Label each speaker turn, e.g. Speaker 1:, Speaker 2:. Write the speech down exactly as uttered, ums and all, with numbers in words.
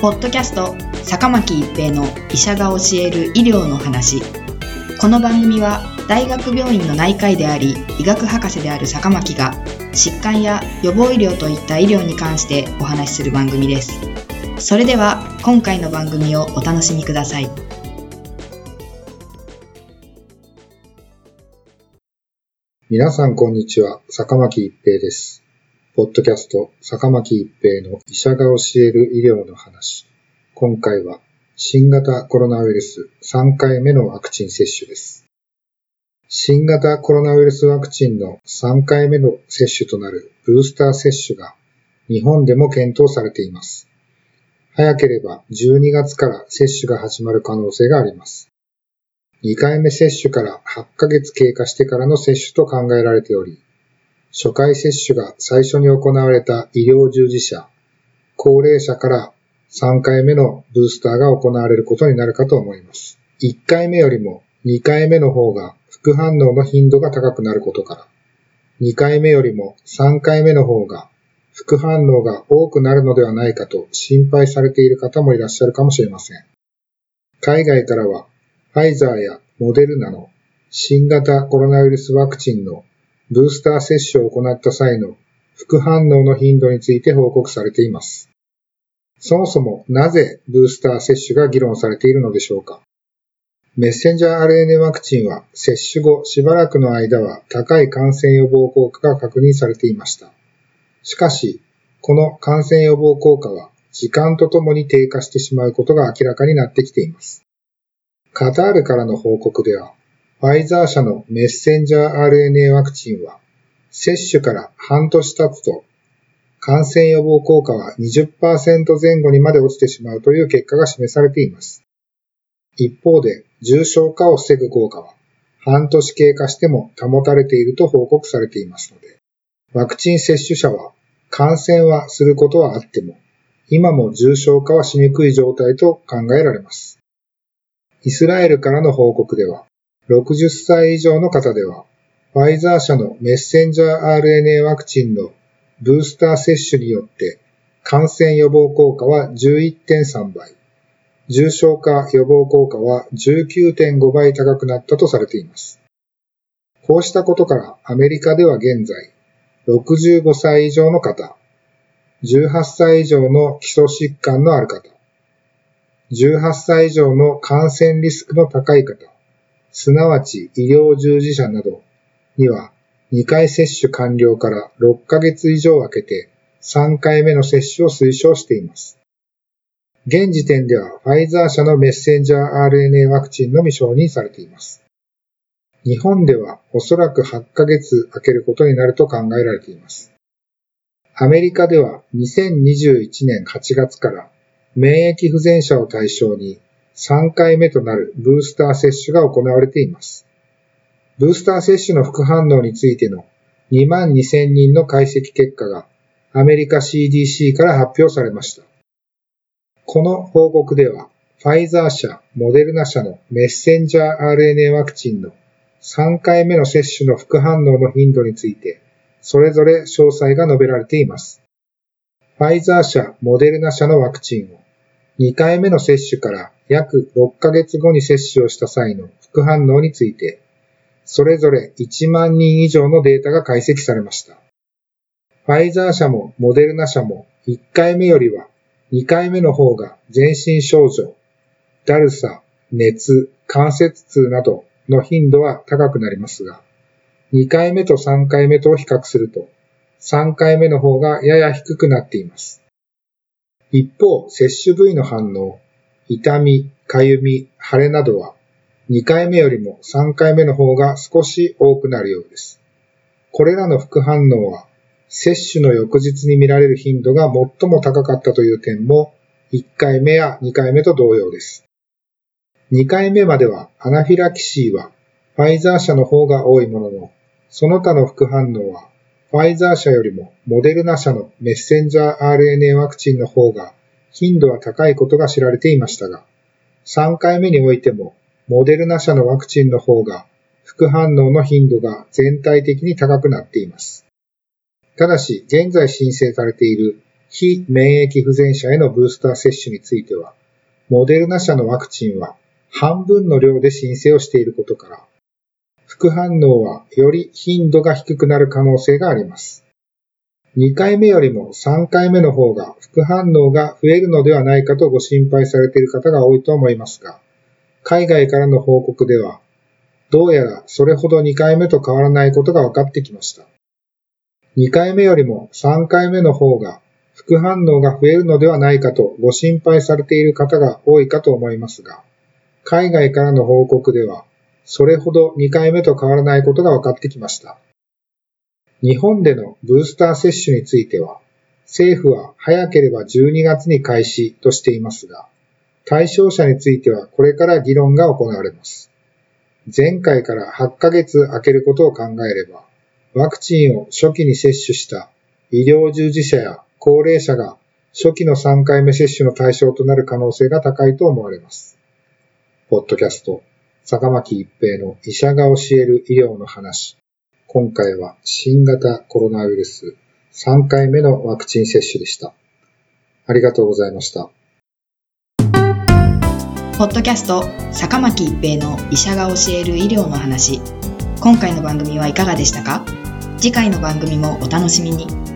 Speaker 1: ポッドキャスト坂巻一平の医者が教える医療の話。この番組は大学病院の内科医であり医学博士である坂巻が疾患や予防医療といった医療に関してお話しする番組です。それでは今回の番組をお楽しみください。
Speaker 2: 皆さんこんにちは、坂巻一平です。ポッドキャスト坂巻一平の医者が教える医療の話。今回は新型コロナウイルスさんかいめのワクチン接種です。新型コロナウイルスワクチンのさんかいめの接種となるブースター接種が日本でも検討されています。早ければじゅうにがつから接種が始まる可能性があります。にかいめ接種からはちかげつ経過してからの接種と考えられており、初回接種が最初に行われた医療従事者、高齢者からさんかいめのブースターが行われることになるかと思います。いっかいめよりもにかいめの方が副反応の頻度が高くなることから、にかいめよりもさんかいめの方が副反応が多くなるのではないかと心配されている方もいらっしゃるかもしれません。海外からはファイザーやモデルナの新型コロナウイルスワクチンのブースター接種を行った際の副反応の頻度について報告されています。そもそもなぜブースター接種が議論されているのでしょうか。メッセンジャー アールエヌエー ワクチンは接種後しばらくの間は高い感染予防効果が確認されていました。しかし、この感染予防効果は時間とともに低下してしまうことが明らかになってきています。カタールからの報告では、ファイザー社のメッセンジャー アールエヌエー ワクチンは、接種から半年経つと、感染予防効果は にじゅっパーセント 前後にまで落ちてしまうという結果が示されています。一方で、重症化を防ぐ効果は、半年経過しても保たれていると報告されていますので、ワクチン接種者は、感染はすることはあっても、今も重症化はしにくい状態と考えられます。イスラエルからの報告では、ろくじゅっさい以上の方では、ファイザー社のメッセンジャー アールエヌエー ワクチンのブースター接種によって感染予防効果は じゅういってんさんばい、重症化予防効果は じゅうきゅうてんごばい高くなったとされています。こうしたことからアメリカでは現在、ろくじゅうごさい以上の方、じゅうはっさい以上の基礎疾患のある方、じゅうはっさい以上の感染リスクの高い方、すなわち医療従事者などにはにかい接種完了からろっかげつ以上空けてさんかいめの接種を推奨しています。現時点ではファイザー社のメッセンジャー アールエヌエー ワクチンのみ承認されています。日本ではおそらくはちかげつ空けることになると考えられています。アメリカではにせんにじゅういちねんはちがつから免疫不全者を対象にさんかいめとなるブースター接種が行われています。ブースター接種の副反応についてのにまんにせんにんの解析結果がアメリカ シーディーシー から発表されました。この報告では、ファイザー社、モデルナ社のメッセンジャー アールエヌエー ワクチンのさんかいめの接種の副反応の頻度について、それぞれ詳細が述べられています。ファイザー社、モデルナ社のワクチンをにかいめの接種から約ろっかげつごに接種をした際の副反応について、それぞれいちまんにん以上のデータが解析されました。ファイザー社もモデルナ社もいっかいめよりはにかいめの方が全身症状、だるさ、熱、関節痛などの頻度は高くなりますが、にかいめとさんかいめとを比較すると、さんかいめの方がやや低くなっています。一方、接種部位の反応、痛み、かゆみ、腫れなどは、にかいめよりもさんかいめの方が少し多くなるようです。これらの副反応は、接種の翌日に見られる頻度が最も高かったという点も、いっかいめやにかいめと同様です。にかいめまではアナフィラキシーは、ファイザー社の方が多いものの、その他の副反応は、ファイザー社よりもモデルナ社のメッセンジャー アールエヌエー ワクチンの方が頻度は高いことが知られていましたが、さんかいめにおいてもモデルナ社のワクチンの方が副反応の頻度が全体的に高くなっています。ただし、現在申請されている非免疫不全者へのブースター接種については、モデルナ社のワクチンは半分の量で申請をしていることから、副反応はより頻度が低くなる可能性があります。にかいめよりもさんかいめの方が副反応が増えるのではないかとご心配されている方が多いと思いますが、海外からの報告では、どうやらそれほどにかいめと変わらないことが分かってきました。にかいめよりもさんかいめの方が副反応が増えるのではないかとご心配されている方が多いかと思いますが、海外からの報告では、それほどにかいめと変わらないことが分かってきました。日本でのブースター接種については、政府は早ければじゅうにがつに開始としていますが、対象者についてはこれから議論が行われます。前回からはちかげつ空けることを考えれば、ワクチンを初期に接種した医療従事者や高齢者が初期のさんかいめ接種の対象となる可能性が高いと思われます。ポッドキャスト、坂巻一平の医者が教える医療の話。今回は新型コロナウイルスさんかいめのワクチン接種でした。ありがとうございました。
Speaker 1: ポッドキャスト、坂巻一平の医者が教える医療の話。今回の番組はいかがでしたか？次回の番組もお楽しみに。